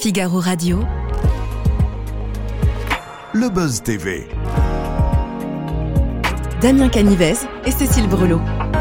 Figaro Radio. Le Buzz TV. Damien Canivez et Cécile Brelot.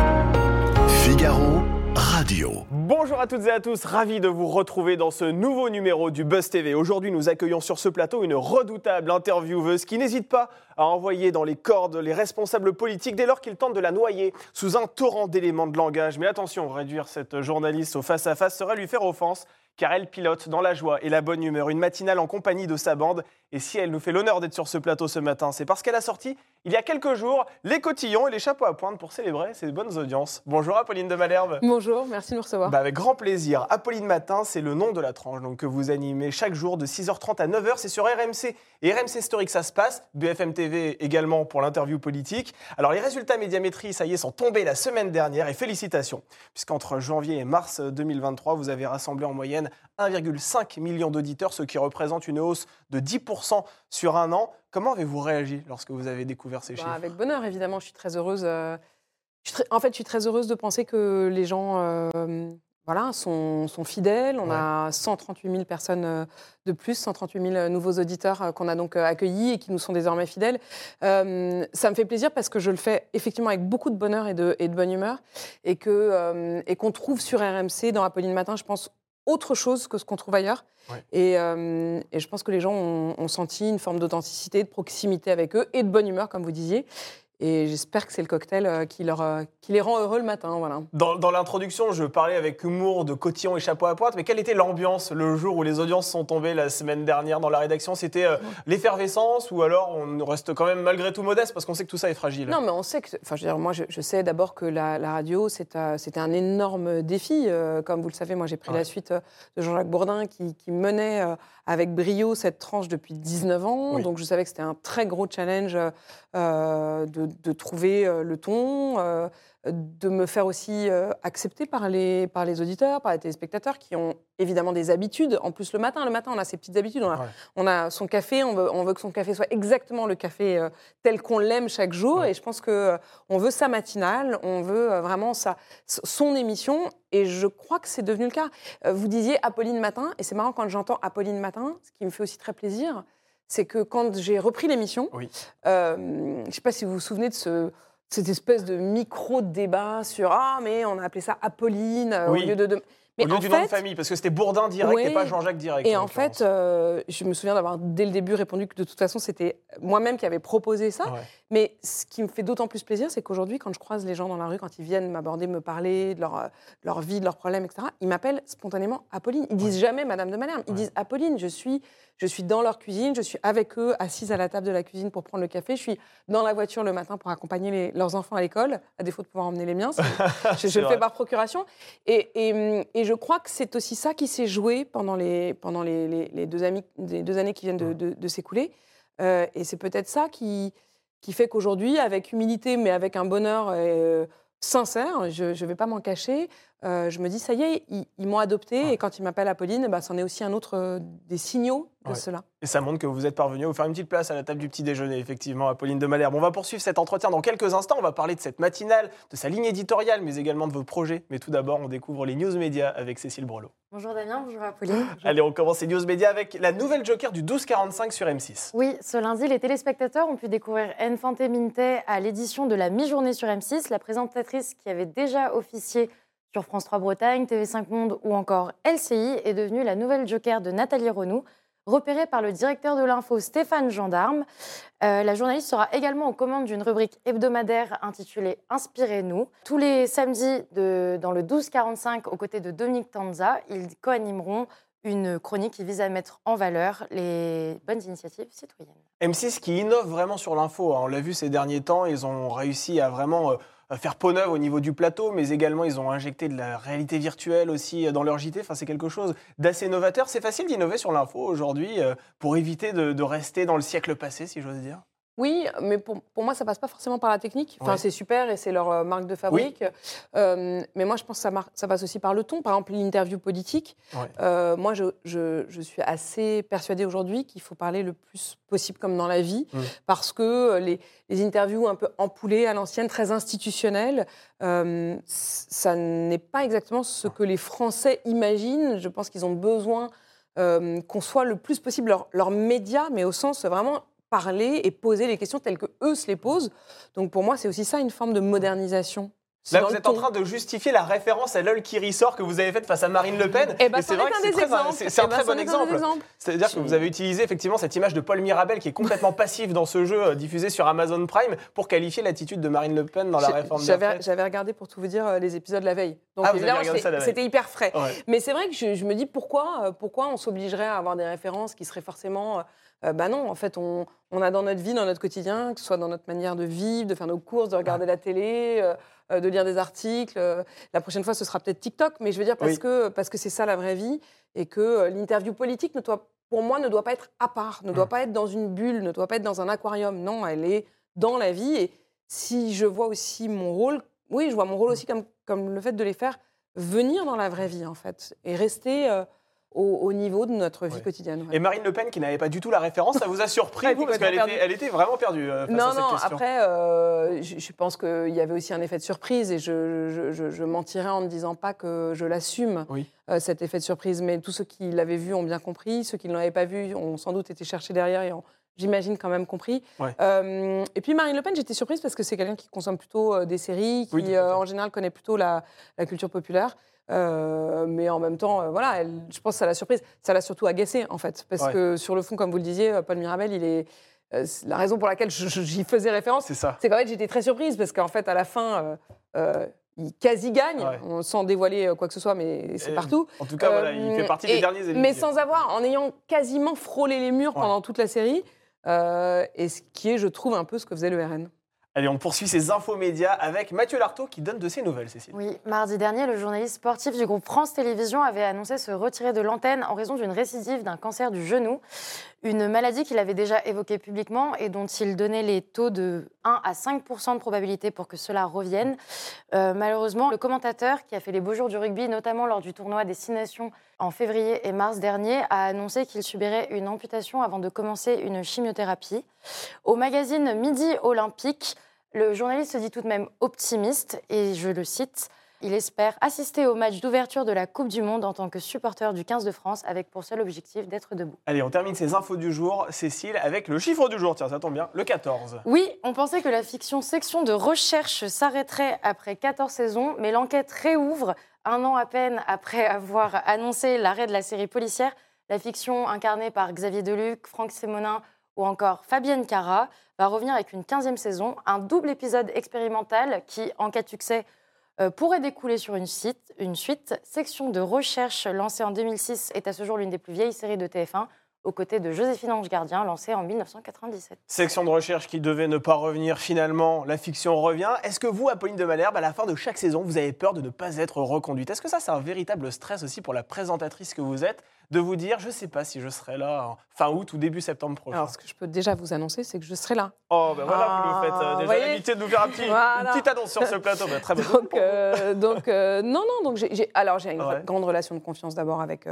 Figaro Radio. Bonjour à toutes et à tous, ravi de vous retrouver dans ce nouveau numéro du Buzz TV. Aujourd'hui, nous accueillons sur ce plateau une redoutable intervieweuse qui n'hésite pas à envoyer dans les cordes les responsables politiques dès lors qu'ils tentent de la noyer sous un torrent d'éléments de langage. Mais attention, réduire cette journaliste au face-à-face serait lui faire offense, car elle pilote dans la joie et la bonne humeur une matinale en compagnie de sa bande. Et si elle nous fait l'honneur d'être sur ce plateau ce matin, c'est parce qu'elle a sorti, il y a quelques jours, les cotillons et les chapeaux à pointe pour célébrer ses bonnes audiences. Bonjour Apolline de Malherbe. Bonjour, merci de nous recevoir. Avec grand plaisir. Apolline Matin, c'est le nom de la tranche donc, que vous animez chaque jour de 6h30 à 9h. C'est sur RMC et RMC Story que ça se passe. BFM TV également pour l'interview politique. Alors les résultats médiamétrie, ça y est, sont tombés la semaine dernière et félicitations. Puisqu'entre janvier et mars 2023, vous avez rassemblé en moyenne 1,5 million d'auditeurs, ce qui représente une hausse de 10% sur un an. Comment avez-vous réagi lorsque vous avez découvert ces chiffres ? Avec bonheur, évidemment. Je suis très heureuse. Je suis très heureuse de penser que les gens sont fidèles. On a 138 000 personnes de plus, 138 000 nouveaux auditeurs qu'on a donc accueillis et qui nous sont désormais fidèles. Ça me fait plaisir parce que je le fais effectivement avec beaucoup de bonheur et de bonne humeur et qu'on trouve sur RMC, dans Apolline Matin, je pense, autre chose que ce qu'on trouve ailleurs. Ouais. Et je pense que les gens ont senti une forme d'authenticité, de proximité avec eux et de bonne humeur, comme vous disiez. Et j'espère que c'est le cocktail qui les rend heureux le matin. Voilà. Dans l'introduction, je parlais avec humour de cotillon et chapeau à pointe, mais quelle était l'ambiance le jour où les audiences sont tombées la semaine dernière dans la rédaction ? C'était l'effervescence ou alors on reste quand même malgré tout modeste parce qu'on sait que tout ça est fragile ? Non, mais on sait que... moi, je sais d'abord que la radio, c'était un énorme défi. Comme vous le savez, moi, j'ai pris la suite de Jean-Jacques Bourdin qui menait avec brio cette tranche depuis 19 ans. Oui. Donc, je savais que c'était un très gros challenge de trouver le ton, de me faire aussi accepter par les auditeurs, par les téléspectateurs qui ont évidemment des habitudes. En plus, le matin, on a ses petites habitudes. On a son café, on veut que son café soit exactement le café tel qu'on l'aime chaque jour. Ouais. Et je pense qu'on veut sa matinale, on veut vraiment son émission. Et je crois que c'est devenu le cas. Vous disiez Apolline Matin, et c'est marrant quand j'entends Apolline Matin, ce qui me fait aussi très plaisir, c'est que quand j'ai repris l'émission, je ne sais pas si vous vous souvenez de cette espèce de micro-débat sur « Ah, mais on a appelé ça Apolline au lieu de… » Mais au lieu du nom de famille, parce que c'était Bourdin direct et pas Jean-Jacques direct. Et en fait, je me souviens d'avoir dès le début répondu que de toute façon, c'était moi-même qui avais proposé ça. Ouais. Mais ce qui me fait d'autant plus plaisir, c'est qu'aujourd'hui, quand je croise les gens dans la rue, quand ils viennent m'aborder, me parler de leur vie, de leurs problèmes, etc., ils m'appellent spontanément Apolline. Ils disent jamais Madame de Malherbe, ils disent Apolline. Je suis dans leur cuisine, je suis avec eux, assise à la table de la cuisine pour prendre le café. Je suis dans la voiture le matin pour accompagner leurs enfants à l'école, à défaut de pouvoir emmener les miens. Je le fais par procuration. Et je crois que c'est aussi ça qui s'est joué pendant les 2 années qui viennent de s'écouler. Et c'est peut-être ça qui fait qu'aujourd'hui, avec humilité, mais avec un bonheur sincère, je ne vais pas m'en cacher, je me dis, ça y est, ils m'ont adopté, et quand ils m'appellent Apolline, c'en est aussi un autre des signaux de cela. Et ça montre que vous êtes parvenu à vous faire une petite place à la table du petit déjeuner, effectivement, Apolline de Malherbe. On va poursuivre cet entretien dans quelques instants, on va parler de cette matinale, de sa ligne éditoriale, mais également de vos projets. Mais tout d'abord, on découvre les news médias avec Cécile Brelot. Bonjour Damien, bonjour Apolline. Bonjour. Allez, on commence les news médias avec la nouvelle Joker du 12-45 sur M6. Oui, ce lundi, les téléspectateurs ont pu découvrir Enfante Minte à l'édition de la mi-journée sur M6. La présentatrice qui avait déjà officié sur France 3 Bretagne, TV5 Monde ou encore LCI est devenue la nouvelle Joker de Nathalie Renou. Repérée par le directeur de l'info Stéphane Gendarme, la journaliste sera également aux commandes d'une rubrique hebdomadaire intitulée « Inspirez-nous ». Tous les samedis dans le 12-45, aux côtés de Dominique Tanza, ils co-animeront une chronique qui vise à mettre en valeur les bonnes initiatives citoyennes. M6 qui innove vraiment sur l'info, on l'a vu ces derniers temps, ils ont réussi à vraiment faire peau neuve au niveau du plateau, mais également ils ont injecté de la réalité virtuelle aussi dans leur JT. Enfin, c'est quelque chose d'assez novateur. C'est facile d'innover sur l'info aujourd'hui pour éviter de rester dans le siècle passé, si j'ose dire. Oui, mais pour moi, ça passe pas forcément par la technique. Enfin, c'est super et c'est leur marque de fabrique. Oui. Mais moi, je pense que ça passe aussi par le ton. Par exemple, l'interview politique. Ouais. Moi, je suis assez persuadée aujourd'hui qu'il faut parler le plus possible comme dans la vie, parce que les interviews un peu empoulées à l'ancienne, très institutionnelles, ça n'est pas exactement ce que les Français imaginent. Je pense qu'ils ont besoin qu'on soit le plus possible leur média, mais au sens vraiment parler et poser les questions telles que eux se les posent. Donc pour moi, c'est aussi ça une forme de modernisation. C'est Là, dans vous le êtes en ton. train de justifier la référence à l'œil qui ressort que vous avez faite face à Marine Le Pen. Eh ben, Et c'est vrai que c'est un très bon exemple. C'est-à-dire que vous avez utilisé effectivement cette image de Paul Mirabel qui est complètement passif dans ce jeu diffusé sur Amazon Prime pour qualifier l'attitude de Marine Le Pen dans la réforme des retraites. J'avais regardé, pour tout vous dire, les épisodes la veille. Donc Ah, vous avez évidemment, regardé ça la veille. c'était hyper frais. Ouais. Mais c'est vrai que je me dis pourquoi on s'obligerait à avoir des références qui seraient forcément... non, en fait, on a dans notre vie, dans notre quotidien, que ce soit dans notre manière de vivre, de faire nos courses, de regarder la télé, de lire des articles. La prochaine fois, ce sera peut-être TikTok, mais je veux dire parce que c'est ça la vraie vie et que l'interview politique, pour moi, ne doit pas être à part, ne doit pas être dans une bulle, ne doit pas être dans un aquarium. Non, elle est dans la vie. Et si je vois aussi mon rôle, oui, je vois mon rôle aussi comme le fait de les faire venir dans la vraie vie, en fait, et rester... au niveau de notre vie quotidienne. Ouais. Et Marine Le Pen, qui n'avait pas du tout la référence, ça vous a surpris, vous, parce qu'elle était vraiment perdue face à cette question. Après, je pense qu'il y avait aussi un effet de surprise et je mentirais en ne disant pas que je l'assume, cet effet de surprise. Mais tous ceux qui l'avaient vu ont bien compris, ceux qui ne l'avaient pas vu ont sans doute été cherchés derrière et ont, j'imagine, quand même compris. Ouais. Et puis Marine Le Pen, j'étais surprise parce que c'est quelqu'un qui consomme plutôt des séries, qui en général connaît plutôt la culture populaire. Mais en même temps, voilà, je pense que ça l'a surprise. Ça l'a surtout agacée, en fait. Parce que sur le fond, comme vous le disiez, Paul Mirabel, la raison pour laquelle j'y faisais référence, c'est qu'en fait, j'étais très surprise. Parce qu'en fait, à la fin, il quasi gagne, sans dévoiler quoi que ce soit, mais c'est partout. En tout cas, voilà, il fait partie des derniers éliminés. Mais en ayant quasiment frôlé les murs pendant toute la série. Et ce qui est, je trouve, un peu ce que faisait le RN. Allez, on poursuit ces infos médias avec Mathieu Lartaud qui donne de ses nouvelles, Cécile. Oui, mardi dernier, le journaliste sportif du groupe France Télévisions avait annoncé se retirer de l'antenne en raison d'une récidive d'un cancer du genou, une maladie qu'il avait déjà évoquée publiquement et dont il donnait les taux de 1 à 5% de probabilité pour que cela revienne. Malheureusement, le commentateur qui a fait les beaux jours du rugby, notamment lors du tournoi des 6 Nations en février et mars dernier, a annoncé qu'il subirait une amputation avant de commencer une chimiothérapie. Au magazine Midi Olympique, le journaliste se dit tout de même optimiste et je le cite « Il espère assister au match d'ouverture de la Coupe du Monde en tant que supporter du 15 de France avec pour seul objectif d'être debout. » Allez, on termine ces infos du jour, Cécile, avec le chiffre du jour. Tiens, ça tombe bien, le 14. Oui, on pensait que la fiction section de recherche s'arrêterait après 14 saisons, mais l'enquête réouvre 1 an à peine après avoir annoncé l'arrêt de la série policière. La fiction incarnée par Xavier Deluc, Franck Sémonin ou encore Fabienne Cara va revenir avec une 15e saison, un double épisode expérimental qui, en cas de succès, pourrait découler sur une suite. Section de recherche lancée en 2006 est à ce jour l'une des plus vieilles séries de TF1, aux côtés de Joséphine Ange Gardien, lancée en 1997. Section de recherche qui devait ne pas revenir, finalement, la fiction revient. Est-ce que vous, Apolline de Malherbe, à la fin de chaque saison, vous avez peur de ne pas être reconduite ? Est-ce que ça, c'est un véritable stress aussi pour la présentatrice que vous êtes, de vous dire, je ne sais pas si je serai là en fin août ou début septembre prochain ? Alors, ce que je peux déjà vous annoncer, c'est que je serai là. Oh, ben voilà, vous nous faites déjà l'amitié de nous faire une petite annonce sur ce plateau. Ben, très bonne. Donc, j'ai une grande relation de confiance d'abord avec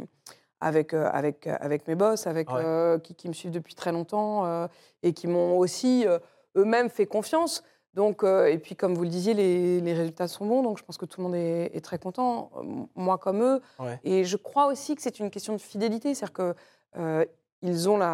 mes boss, qui me suivent depuis très longtemps et qui m'ont aussi eux-mêmes fait confiance. Donc, et puis, comme vous le disiez, les résultats sont bons, donc je pense que tout le monde est très content, moi comme eux. Ouais. Et je crois aussi que c'est une question de fidélité, c'est-à-dire qu'ils ont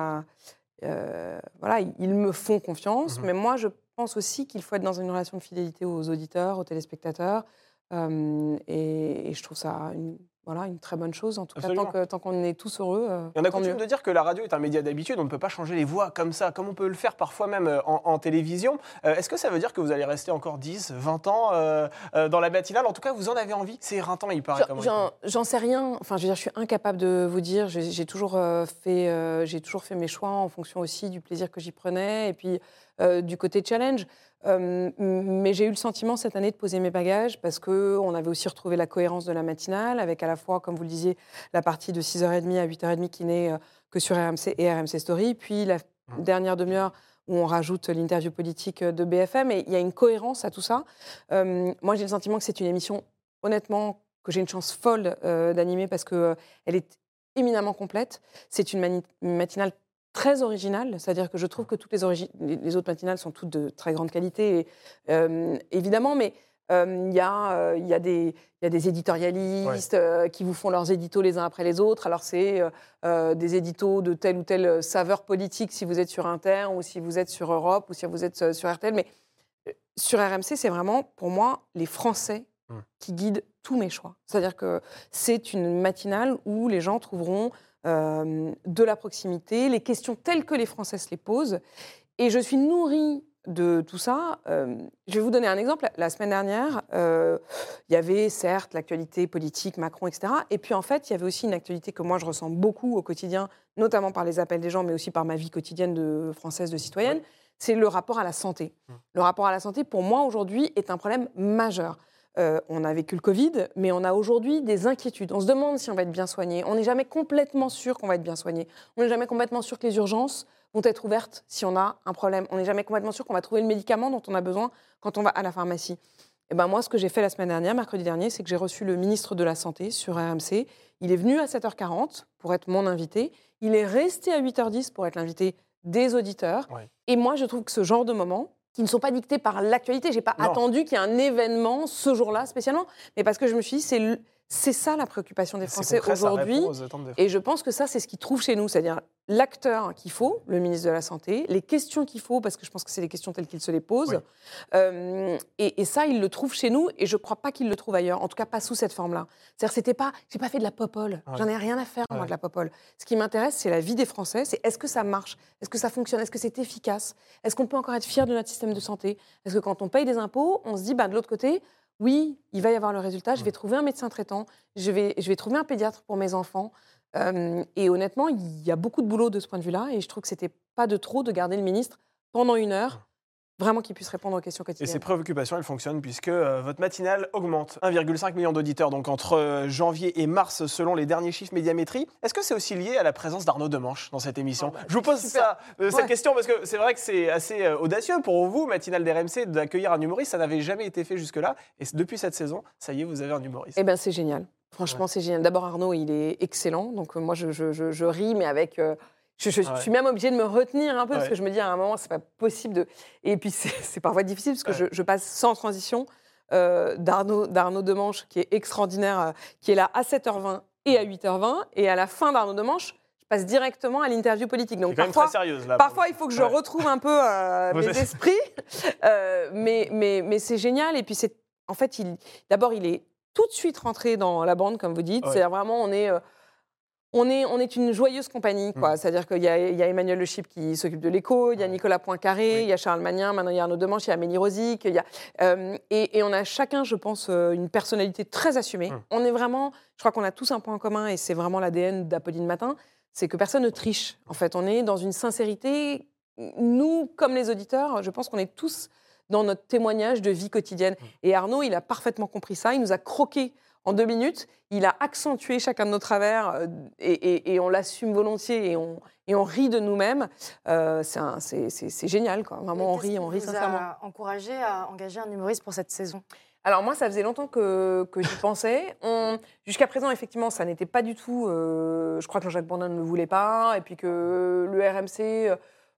ils me font confiance, mais moi, je pense aussi qu'il faut être dans une relation de fidélité aux auditeurs, aux téléspectateurs, et je trouve ça une très bonne chose, en tout cas, tant qu'on est tous heureux. Il y en a coutume de dire que la radio est un média d'habitude, on ne peut pas changer les voix comme ça, comme on peut le faire parfois même en télévision. Est-ce que ça veut dire que vous allez rester encore 10, 20 ans dans la matinale ? En tout cas, vous en avez envie ? C'est éreintant, il paraît. J'en sais rien. Enfin, je veux dire, je suis incapable de vous dire. J'ai toujours fait mes choix en fonction aussi du plaisir que j'y prenais et puis du côté challenge. Mais j'ai eu le sentiment cette année de poser mes bagages parce qu'on avait aussi retrouvé la cohérence de la matinale avec à la fois, comme vous le disiez, la partie de 6h30 à 8h30 qui n'est que sur RMC et RMC Story, puis la dernière demi-heure où on rajoute l'interview politique de BFM, et il y a une cohérence à tout ça. Moi, j'ai le sentiment que c'est une émission, honnêtement, que j'ai une chance folle d'animer parce qu'elle est éminemment complète. C'est une matinale très originale, c'est-à-dire que je trouve que toutes les autres matinales sont toutes de très grande qualité, évidemment, mais Il y a des éditorialistes qui vous font leurs éditos les uns après les autres. Alors, c'est des éditos de telle ou telle saveur politique si vous êtes sur Inter ou si vous êtes sur Europe ou si vous êtes sur RTL. Mais sur RMC, c'est vraiment, pour moi, les Français qui guident tous mes choix. C'est-à-dire que c'est une matinale où les gens trouveront de la proximité, les questions telles que les Français se les posent. Et je suis nourrie de tout ça. Je vais vous donner un exemple. La semaine dernière, il y avait certes l'actualité politique, Macron, etc. Et puis en fait, il y avait aussi une actualité que moi je ressens beaucoup au quotidien, notamment par les appels des gens, mais aussi par ma vie quotidienne de française, de citoyenne. Oui. C'est le rapport à la santé. Le rapport à la santé, pour moi, aujourd'hui, est un problème majeur. On a vécu le Covid, mais on a aujourd'hui des inquiétudes. On se demande si on va être bien soigné. On n'est jamais complètement sûr qu'on va être bien soigné. On n'est jamais complètement sûr que les urgences vont être ouvertes si on a un problème. On n'est jamais complètement sûr qu'on va trouver le médicament dont on a besoin quand on va à la pharmacie. Et ben moi, ce que j'ai fait la semaine dernière, mercredi dernier, c'est que j'ai reçu le ministre de la Santé sur RMC. Il est venu à 7h40 pour être mon invité. Il est resté à 8h10 pour être l'invité des auditeurs. Oui. Et moi, je trouve que ce genre de moments, qui ne sont pas dictés par l'actualité, je n'ai pas attendu qu'il y ait un événement ce jour-là spécialement, mais parce que je me suis dit, c'est ça la préoccupation des Français aujourd'hui. Et je pense que ça, c'est ce qu'ils trouvent chez nous, c'est-à-dire l'acteur qu'il faut, le ministre de la Santé, les questions qu'il faut, parce que je pense que c'est les questions telles qu'ils se les posent. Oui. Et ça, ils le trouvent chez nous, et je ne crois pas qu'ils le trouvent ailleurs, en tout cas pas sous cette forme-là. C'est-à-dire, j'ai pas fait de la popole, j'en ai rien à faire, moi, de la popole. Ce qui m'intéresse, c'est la vie des Français, c'est est-ce que ça marche, est-ce que ça fonctionne, est-ce que c'est efficace, est-ce qu'on peut encore être fier de notre système de santé, est-ce que quand on paye des impôts, on se dit, de l'autre côté, oui, il va y avoir le résultat, je vais trouver un médecin traitant, je vais trouver un pédiatre pour mes enfants. Et honnêtement, il y a beaucoup de boulot de ce point de vue-là, et je trouve que c'était pas de trop de garder le ministre pendant 1 heure, vraiment qu'il puisse répondre aux questions quotidiennes. Et ces préoccupations, elles fonctionnent puisque votre matinale augmente. 1,5 million d'auditeurs donc entre janvier et mars selon les derniers chiffres Médiamétrie. Est-ce que c'est aussi lié à la présence d'Arnaud Demanche dans cette émission ? Je vous pose cette question parce que c'est vrai que c'est assez audacieux pour vous, matinale d'RMC, d'accueillir un humoriste. Ça n'avait jamais été fait jusque-là. Et depuis cette saison, ça y est, vous avez un humoriste. Eh bien, c'est génial. Franchement, c'est génial. D'abord, Arnaud, il est excellent. Donc moi, je ris, mais avec... Je suis même obligée de me retenir un peu, parce que je me dis à un moment, c'est pas possible de... Et puis, c'est parfois difficile, parce que je passe sans transition d'Arnaud Demanche, qui est extraordinaire, qui est là à 7h20 et à 8h20. Et à la fin d'Arnaud Demanche, je passe directement à l'interview politique. Donc, parfois, très sérieuse, là, parfois, il faut que je retrouve un peu mes esprits. Mais c'est génial. Et puis, en fait, d'abord, il est tout de suite rentré dans la bande, comme vous dites. Ouais. C'est-à-dire vraiment, on est une joyeuse compagnie, quoi. C'est-à-dire qu'il y a Emmanuel Le Chip qui s'occupe de l'écho, il y a Nicolas Poincaré, il y a Charles Magnin, maintenant il y a Arnaud Demanche, il y a Amélie Rosic, et on a chacun, je pense, une personnalité très assumée. On est vraiment, je crois qu'on a tous un point en commun, et c'est vraiment l'ADN d'Apolline Matin, c'est que personne ne triche. En fait, on est dans une sincérité. Nous, comme les auditeurs, je pense qu'on est tous dans notre témoignage de vie quotidienne. Et Arnaud, il a parfaitement compris ça, il nous a croqué en 2 minutes, il a accentué chacun de nos travers et on l'assume volontiers et on rit de nous-mêmes. C'est génial, quoi. Vraiment, on rit sincèrement. Vous a encouragé à engager un humoriste pour cette saison ? Alors moi, ça faisait longtemps que j'y pensais. Jusqu'à présent, effectivement, ça n'était pas du tout... je crois que Jean-Jacques Bourdin ne le voulait pas, et puis que le RMC...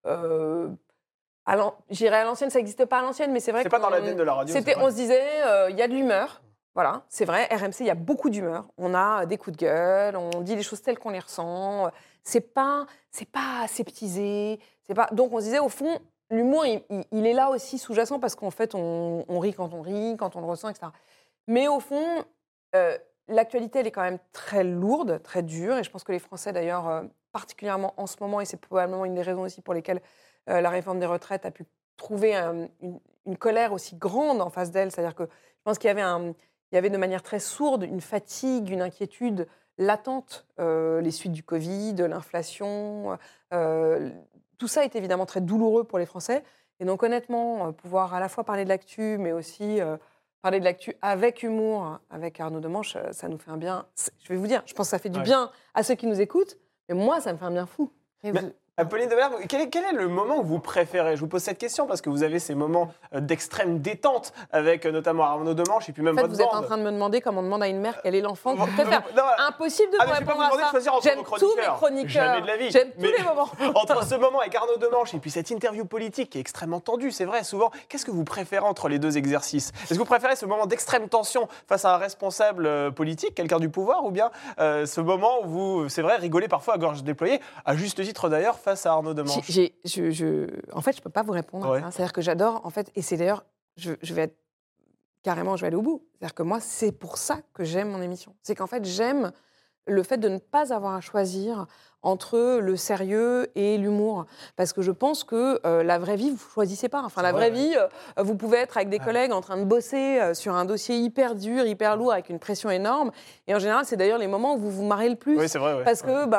j'irais à l'ancienne, ça n'existe pas à l'ancienne, mais c'est vrai que... C'est pas dans l'ADN de la radio. On se disait, il y a de l'humeur. Voilà, c'est vrai, RMC, il y a beaucoup d'humeur. On a des coups de gueule, on dit les choses telles qu'on les ressent. C'est pas aseptisé. Donc on se disait, au fond, l'humour, il est là aussi sous-jacent parce qu'en fait, on rit, quand on le ressent, etc. Mais au fond, l'actualité, elle est quand même très lourde, très dure. Et je pense que les Français, d'ailleurs, particulièrement en ce moment, et c'est probablement une des raisons aussi pour lesquelles la réforme des retraites a pu trouver une colère aussi grande en face d'elle. C'est-à-dire que je pense qu'il y avait de manière très sourde une fatigue, une inquiétude latente, les suites du Covid, de l'inflation. Tout ça est évidemment très douloureux pour les Français. Et donc honnêtement, pouvoir à la fois parler de l'actu, mais aussi parler de l'actu avec humour, avec Arnaud Demanche, ça nous fait un bien. Je vais vous dire, je pense que ça fait du bien à ceux qui nous écoutent, mais moi, ça me fait un bien fou. Apolline de Malherbe, quel est le moment que vous préférez? Je vous pose cette question parce que vous avez ces moments d'extrême détente avec notamment Arnaud Demanche et puis même En fait, votre vous êtes en bande. train de me demander comme on demande à une mère quel est l'enfant que vous préférez. Non, Impossible de ah, vous mais je vais pas répondre vous demander à de choisir ça. entre J'aime vos tous mes chroniqueurs. chroniqueurs. Jamais de la vie. J'aime tous Mais les moments. entre ce moment avec Arnaud Demanche et puis cette interview politique qui est extrêmement tendue, c'est vrai, souvent, qu'est-ce que vous préférez entre les deux exercices? Est-ce que vous préférez ce moment d'extrême tension face à un responsable politique, quelqu'un du pouvoir, ou bien ce moment où vous, c'est vrai, rigolez parfois à gorge déployée, à juste titre d'ailleurs, face à Arnaud Demanche? En fait, je ne peux pas vous répondre à Ouais. ça. C'est-à-dire que j'adore, en fait, et c'est d'ailleurs, je vais être carrément, je vais aller au bout. C'est-à-dire que moi, c'est pour ça que j'aime mon émission. C'est qu'en fait, j'aime le fait de ne pas avoir à choisir entre le sérieux et l'humour. Parce que je pense que la vraie vie, vous ne choisissez pas. Enfin, la vraie vie, vous pouvez être avec des collègues en train de bosser sur un dossier hyper dur, hyper lourd, avec une pression énorme. Et en général, c'est d'ailleurs les moments où vous vous marrez le plus. Oui, c'est vrai. Ouais. Parce que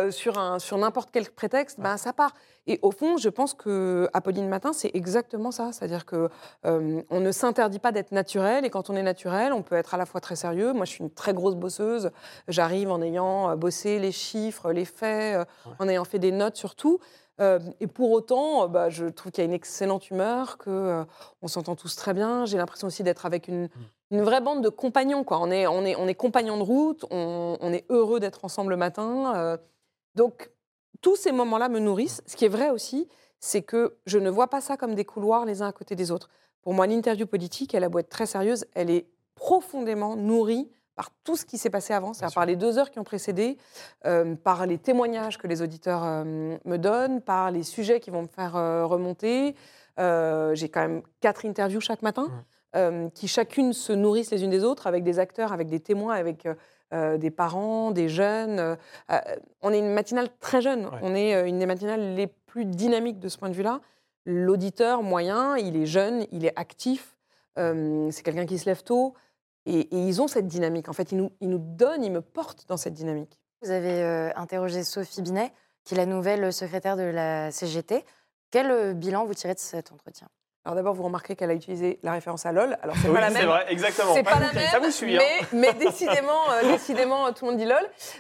sur n'importe quel prétexte, ça part. Et au fond, je pense que Apolline Matin, c'est exactement ça. C'est-à-dire que on ne s'interdit pas d'être naturel. Et quand on est naturel, on peut être à la fois très sérieux. Moi, je suis une très grosse bosseuse. J'arrive en ayant bossé les chiffres, les faits, en ayant fait des notes surtout. Et pour autant, je trouve qu'il y a une excellente humeur, qu'on s'entend tous très bien. J'ai l'impression aussi d'être avec une vraie bande de compagnons, quoi. On est compagnons de route, on est heureux d'être ensemble le matin. Donc, tous ces moments-là me nourrissent. Ce qui est vrai aussi, c'est que je ne vois pas ça comme des couloirs les uns à côté des autres. Pour moi, l'interview politique, elle a beau être très sérieuse, elle est profondément nourrie par tout ce qui s'est passé avant, c'est-à-dire par les 2 heures qui ont précédé, par les témoignages que les auditeurs me donnent, par les sujets qui vont me faire remonter. J'ai quand même 4 interviews chaque matin, qui chacune se nourrissent les unes des autres, avec des acteurs, avec des témoins, avec des parents, des jeunes. On est une matinale très jeune, on est une des matinales les plus dynamiques de ce point de vue-là. L'auditeur moyen, il est jeune, il est actif, c'est quelqu'un qui se lève tôt. Et ils ont cette dynamique. En fait, ils nous donnent, ils me portent dans cette dynamique. Vous avez interrogé Sophie Binet, qui est la nouvelle secrétaire de la CGT. Quel bilan vous tirez de cet entretien? Alors d'abord, vous remarquez qu'elle a utilisé la référence à LOL. Alors c'est Oui, pas la même. c'est vrai, exactement. C'est pas la même. Ça vous suit, mais décidément, tout le monde dit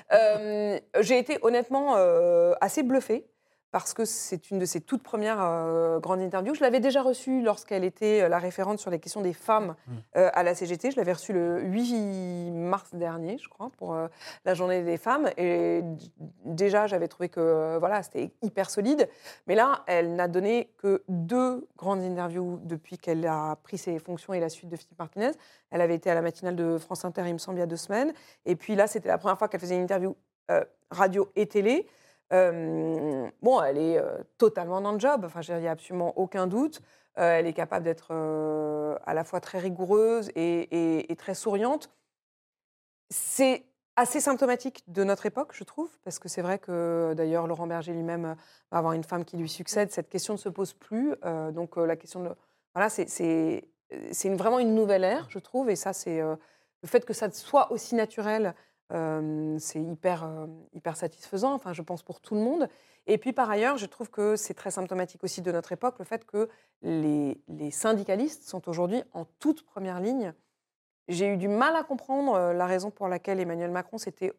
LOL. J'ai été honnêtement assez bluffée. Parce que c'est une de ses toutes premières grandes interviews. Je l'avais déjà reçue lorsqu'elle était la référente sur les questions des femmes à la CGT. Je l'avais reçue le 8 mars dernier, je crois, pour la journée des femmes. Et déjà, j'avais trouvé que c'était hyper solide. Mais là, elle n'a donné que 2 grandes interviews depuis qu'elle a pris ses fonctions et la suite de Philippe Martinez. Elle avait été à la matinale de France Inter, il me semble, il y a 2 semaines. Et puis là, c'était la première fois qu'elle faisait une interview radio et télé. Elle est totalement dans le job, il n'y a absolument aucun doute. Elle est capable d'être à la fois très rigoureuse et très souriante. C'est assez symptomatique de notre époque, je trouve, parce que c'est vrai que d'ailleurs Laurent Berger lui-même va avoir une femme qui lui succède. Cette question ne se pose plus. Donc la question de... c'est vraiment une nouvelle ère, je trouve, et ça, c'est le fait que ça soit aussi naturel. C'est hyper satisfaisant, je pense pour tout le monde. Et puis par ailleurs, je trouve que c'est très symptomatique aussi de notre époque, le fait que les syndicalistes sont aujourd'hui en toute première ligne. J'ai eu du mal à comprendre la raison pour laquelle Emmanuel Macron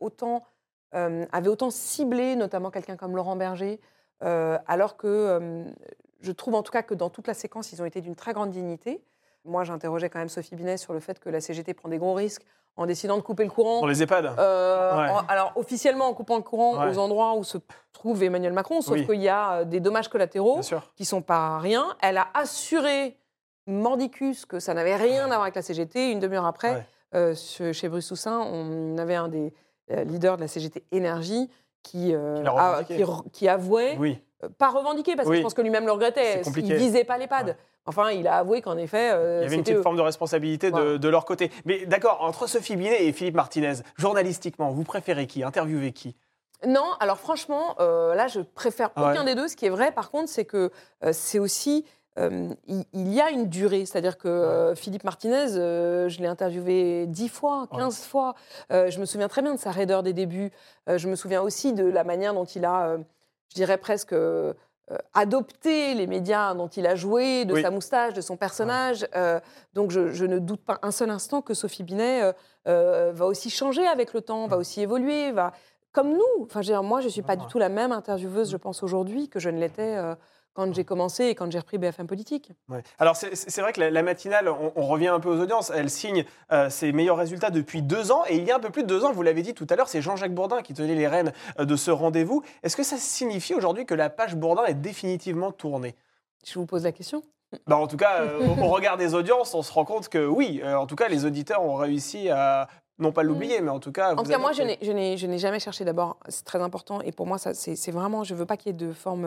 avait autant ciblé, notamment quelqu'un comme Laurent Berger, alors que je trouve en tout cas que dans toute la séquence, ils ont été d'une très grande dignité. Moi, j'interrogeais quand même Sophie Binet sur le fait que la CGT prend des gros risques en décidant de couper le courant. Dans les EHPAD. Alors, officiellement, en coupant le courant aux endroits où se trouve Emmanuel Macron, sauf qu'il y a des dommages collatéraux qui ne sont pas rien. Elle a assuré mordicus que ça n'avait rien à voir avec la CGT. Une demi-heure après, chez Bruce Toussaint, on avait un des leaders de la CGT Énergie qui avouait, pas revendiqué, parce que je pense que lui-même le regrettait, il ne visait pas l'EHPAD. Enfin, il a avoué qu'en effet... il y avait une petite forme de responsabilité de leur côté. Mais d'accord, entre Sophie Binet et Philippe Martinez, journalistiquin, vous préférez qui? Interviewez qui? Non, alors franchement, là, je préfère aucun des deux. Ce qui est vrai, par contre, c'est que c'est aussi... il y a une durée, c'est-à-dire que Philippe Martinez, je l'ai interviewé 10 fois, 15 fois. Je me souviens très bien de sa raideur des débuts. Je me souviens aussi de la manière dont il a, je dirais presque... adopter les médias dont il a joué, de sa moustache, de son personnage. Donc je ne doute pas un seul instant que Sophie Binet va aussi changer avec le temps, va aussi évoluer. comme nous. Enfin, je veux dire, moi, je ne suis pas du tout la même intervieweuse, je pense, aujourd'hui que je ne l'étais quand j'ai commencé et quand j'ai repris BFM Politique. Ouais. Alors, c'est vrai que la matinale, on revient un peu aux audiences, elle signe ses meilleurs résultats depuis 2 ans. Et il y a un peu plus de 2 ans, vous l'avez dit tout à l'heure, c'est Jean-Jacques Bourdin qui tenait les rênes de ce rendez-vous. Est-ce que ça signifie aujourd'hui que la page Bourdin est définitivement tournée ? Je vous pose la question. Bah, en tout cas, au regard des audiences, on se rend compte que oui, en tout cas, les auditeurs ont réussi à, non pas l'oublier, mais en tout cas... En tout cas, moi, je n'ai jamais cherché. D'abord, c'est très important. Et pour moi, ça, c'est vraiment... Je ne veux pas qu'il y ait de forme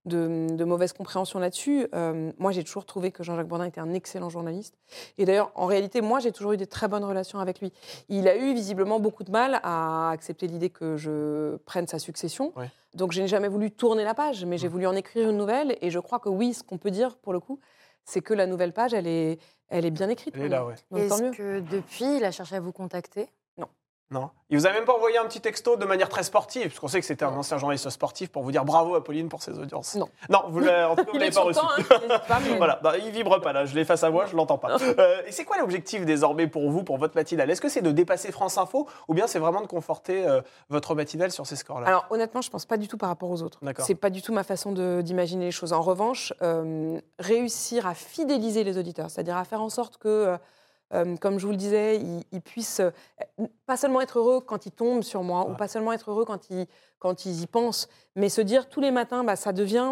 de mauvaise compréhension là-dessus. Moi, j'ai toujours trouvé que Jean-Jacques Bourdin était un excellent journaliste. Et d'ailleurs, en réalité, moi, j'ai toujours eu des très bonnes relations avec lui. Il a eu visiblement beaucoup de mal à accepter l'idée que je prenne sa succession. Ouais. Donc, je n'ai jamais voulu tourner la page, mais j'ai voulu en écrire une nouvelle. Et je crois que oui, ce qu'on peut dire, pour le coup, c'est que la nouvelle page, elle est bien écrite. Elle est là, ouais. Est-ce que depuis, il a cherché à vous contacter ? Non. Il vous a même pas envoyé un petit texto de manière très sportive, parce qu'on sait que c'était un ancien journaliste sportif, pour vous dire bravo Apolline pour ses audiences. Non. Non, en tout cas, vous l'avez pas reçu. Voilà, bah, il vibre pas là, je l'ai face à moi, je l'entends pas. Et c'est quoi l'objectif désormais pour vous, pour votre matinale ? Est-ce que c'est de dépasser France Info, ou bien c'est vraiment de conforter votre matinale sur ces scores-là ? Alors honnêtement, je pense pas du tout par rapport aux autres. C'est pas du tout ma façon d'imaginer les choses. En revanche, réussir à fidéliser les auditeurs, c'est-à-dire à faire en sorte que comme je vous le disais, ils puissent pas seulement être heureux quand ils tombent sur moi, ou pas seulement être heureux quand ils y pensent, mais se dire tous les matins, bah, ça devient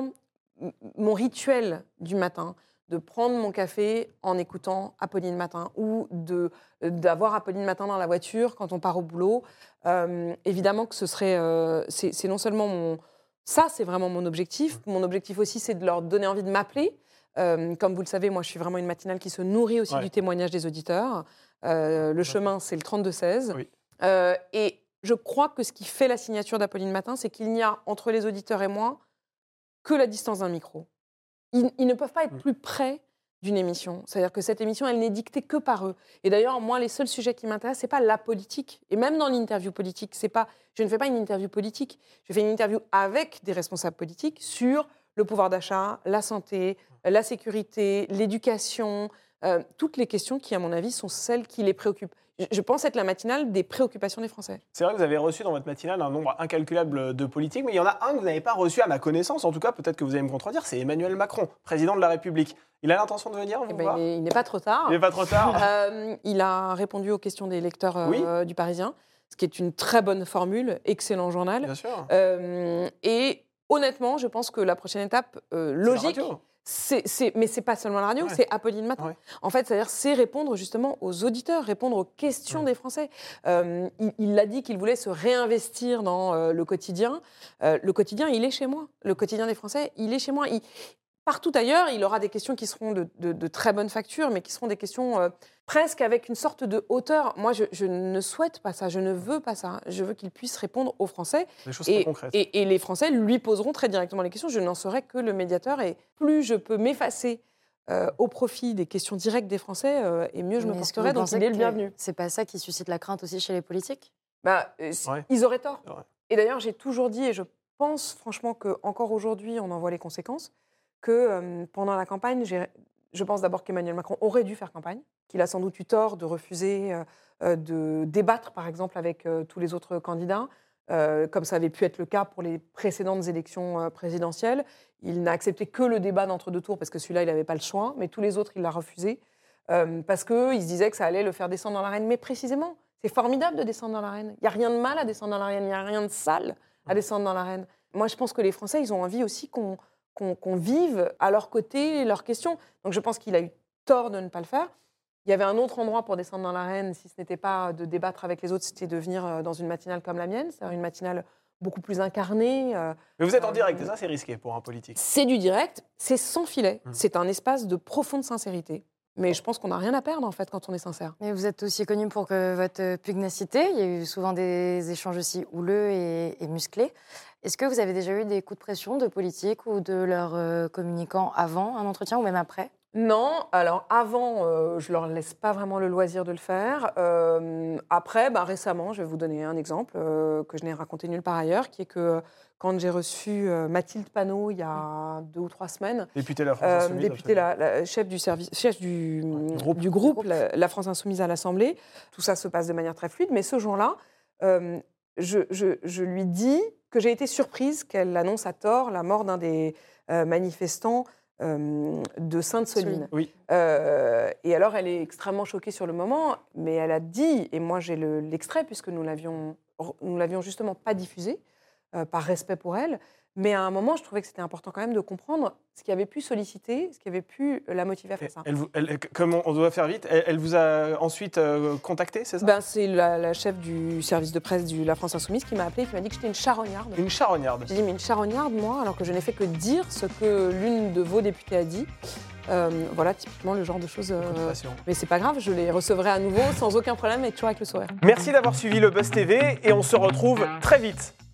mon rituel du matin, de prendre mon café en écoutant Apolline Matin, ou d'avoir Apolline Matin dans la voiture quand on part au boulot. Évidemment que ce serait... c'est non seulement ça, c'est vraiment mon objectif. Mon objectif aussi, c'est de leur donner envie de m'appeler. Comme vous le savez, moi, je suis vraiment une matinale qui se nourrit aussi du témoignage des auditeurs. Le chemin, c'est le 32-16. Oui. Et je crois que ce qui fait la signature d'Apolline Matin, c'est qu'il n'y a entre les auditeurs et moi que la distance d'un micro. Ils ne peuvent pas être plus près d'une émission. C'est-à-dire que cette émission, elle n'est dictée que par eux. Et d'ailleurs, moi, les seuls sujets qui m'intéressent, c'est pas la politique. Et même dans l'interview politique, je ne fais pas une interview politique. Je fais une interview avec des responsables politiques sur le pouvoir d'achat, la santé, la sécurité, l'éducation, toutes les questions qui, à mon avis, sont celles qui les préoccupent. Je pense être la matinale des préoccupations des Français. C'est vrai que vous avez reçu dans votre matinale un nombre incalculable de politiques, mais il y en a un que vous n'avez pas reçu à ma connaissance, en tout cas, peut-être que vous allez me contredire, c'est Emmanuel Macron, président de la République. Il a l'intention de venir vous voir ? Il n'est pas trop tard. Il n'est pas trop tard. Il a répondu aux questions des lecteurs du Parisien, ce qui est une très bonne formule, excellent journal. Bien sûr. Et honnêtement, je pense que la prochaine étape logique... Mais c'est pas seulement la radio, c'est Apolline Matin. Ouais. En fait, c'est répondre justement aux auditeurs, répondre aux questions des Français. Il a dit qu'il voulait se réinvestir dans le quotidien. Le quotidien, il est chez moi. Le quotidien des Français, il est chez moi. Partout ailleurs, il aura des questions qui seront de très bonne facture, mais qui seront des questions presque avec une sorte de hauteur. Moi, je ne souhaite pas ça, je ne veux pas ça. Je veux qu'il puisse répondre aux Français. Des choses très concrètes. Et les Français lui poseront très directement les questions. Je n'en serai que le médiateur. Et plus je peux m'effacer au profit des questions directes des Français, et mieux je me porterai. Donc il est le bienvenu. C'est pas ça qui suscite la crainte aussi chez les politiques ? Ils auraient tort. Ouais. Et d'ailleurs, j'ai toujours dit, et je pense franchement qu'encore aujourd'hui, on en voit les conséquences, que pendant la campagne, je pense d'abord qu'Emmanuel Macron aurait dû faire campagne, qu'il a sans doute eu tort de refuser de débattre, par exemple, avec tous les autres candidats, comme ça avait pu être le cas pour les précédentes élections présidentielles. Il n'a accepté que le débat d'entre-deux tours, parce que celui-là, il n'avait pas le choix, mais tous les autres, il l'a refusé, parce qu'il se disait que ça allait le faire descendre dans l'arène. Mais précisément, c'est formidable de descendre dans l'arène. Il n'y a rien de mal à descendre dans l'arène, il n'y a rien de sale à descendre dans l'arène. Moi, je pense que les Français, ils ont envie aussi qu'on vive à leur côté leurs questions. Donc je pense qu'il a eu tort de ne pas le faire. Il y avait un autre endroit pour descendre dans l'arène, si ce n'était pas de débattre avec les autres, c'était de venir dans une matinale comme la mienne, c'est-à-dire une matinale beaucoup plus incarnée. Mais vous êtes en direct, et ça c'est risqué pour un politique. C'est du direct, c'est sans filet, c'est un espace de profonde sincérité. Mais je pense qu'on n'a rien à perdre, en fait, quand on est sincère. Mais vous êtes aussi connu pour votre pugnacité. Il y a eu souvent des échanges aussi houleux et musclés. Est-ce que vous avez déjà eu des coups de pression de politiques ou de leurs communicants avant un entretien ou même après ? Non. Alors, avant, je ne leur laisse pas vraiment le loisir de le faire. Après, récemment, je vais vous donner un exemple que je n'ai raconté nulle part ailleurs, qui est que quand j'ai reçu Mathilde Panot il y a 2 ou 3 semaines, députée la France Insoumise, chef du groupe la France Insoumise à l'Assemblée, tout ça se passe de manière très fluide, mais ce jour-là, je lui dis que j'ai été surprise qu'elle annonce à tort la mort d'un des manifestants de Sainte-Soline. Oui. Et alors, elle est extrêmement choquée sur le moment, mais elle a dit, et moi j'ai l'extrait, puisque nous l'avions justement pas diffusé, par respect pour elle, mais à un moment, je trouvais que c'était important quand même de comprendre ce qui avait pu solliciter, ce qui avait pu la motiver à faire ça. Comme on doit faire vite, elle vous a ensuite contacté, c'est ça? C'est la chef du service de presse de la France Insoumise qui m'a appelée et qui m'a dit que j'étais une charognarde. Une charognarde. J'ai dit, mais une charognarde, moi, alors que je n'ai fait que dire ce que l'une de vos députés a dit. Voilà, typiquement le genre de choses. Mais c'est pas grave, je les recevrai à nouveau sans aucun problème et toujours avec le sourire. Merci d'avoir suivi le Buzz TV et on se retrouve très vite.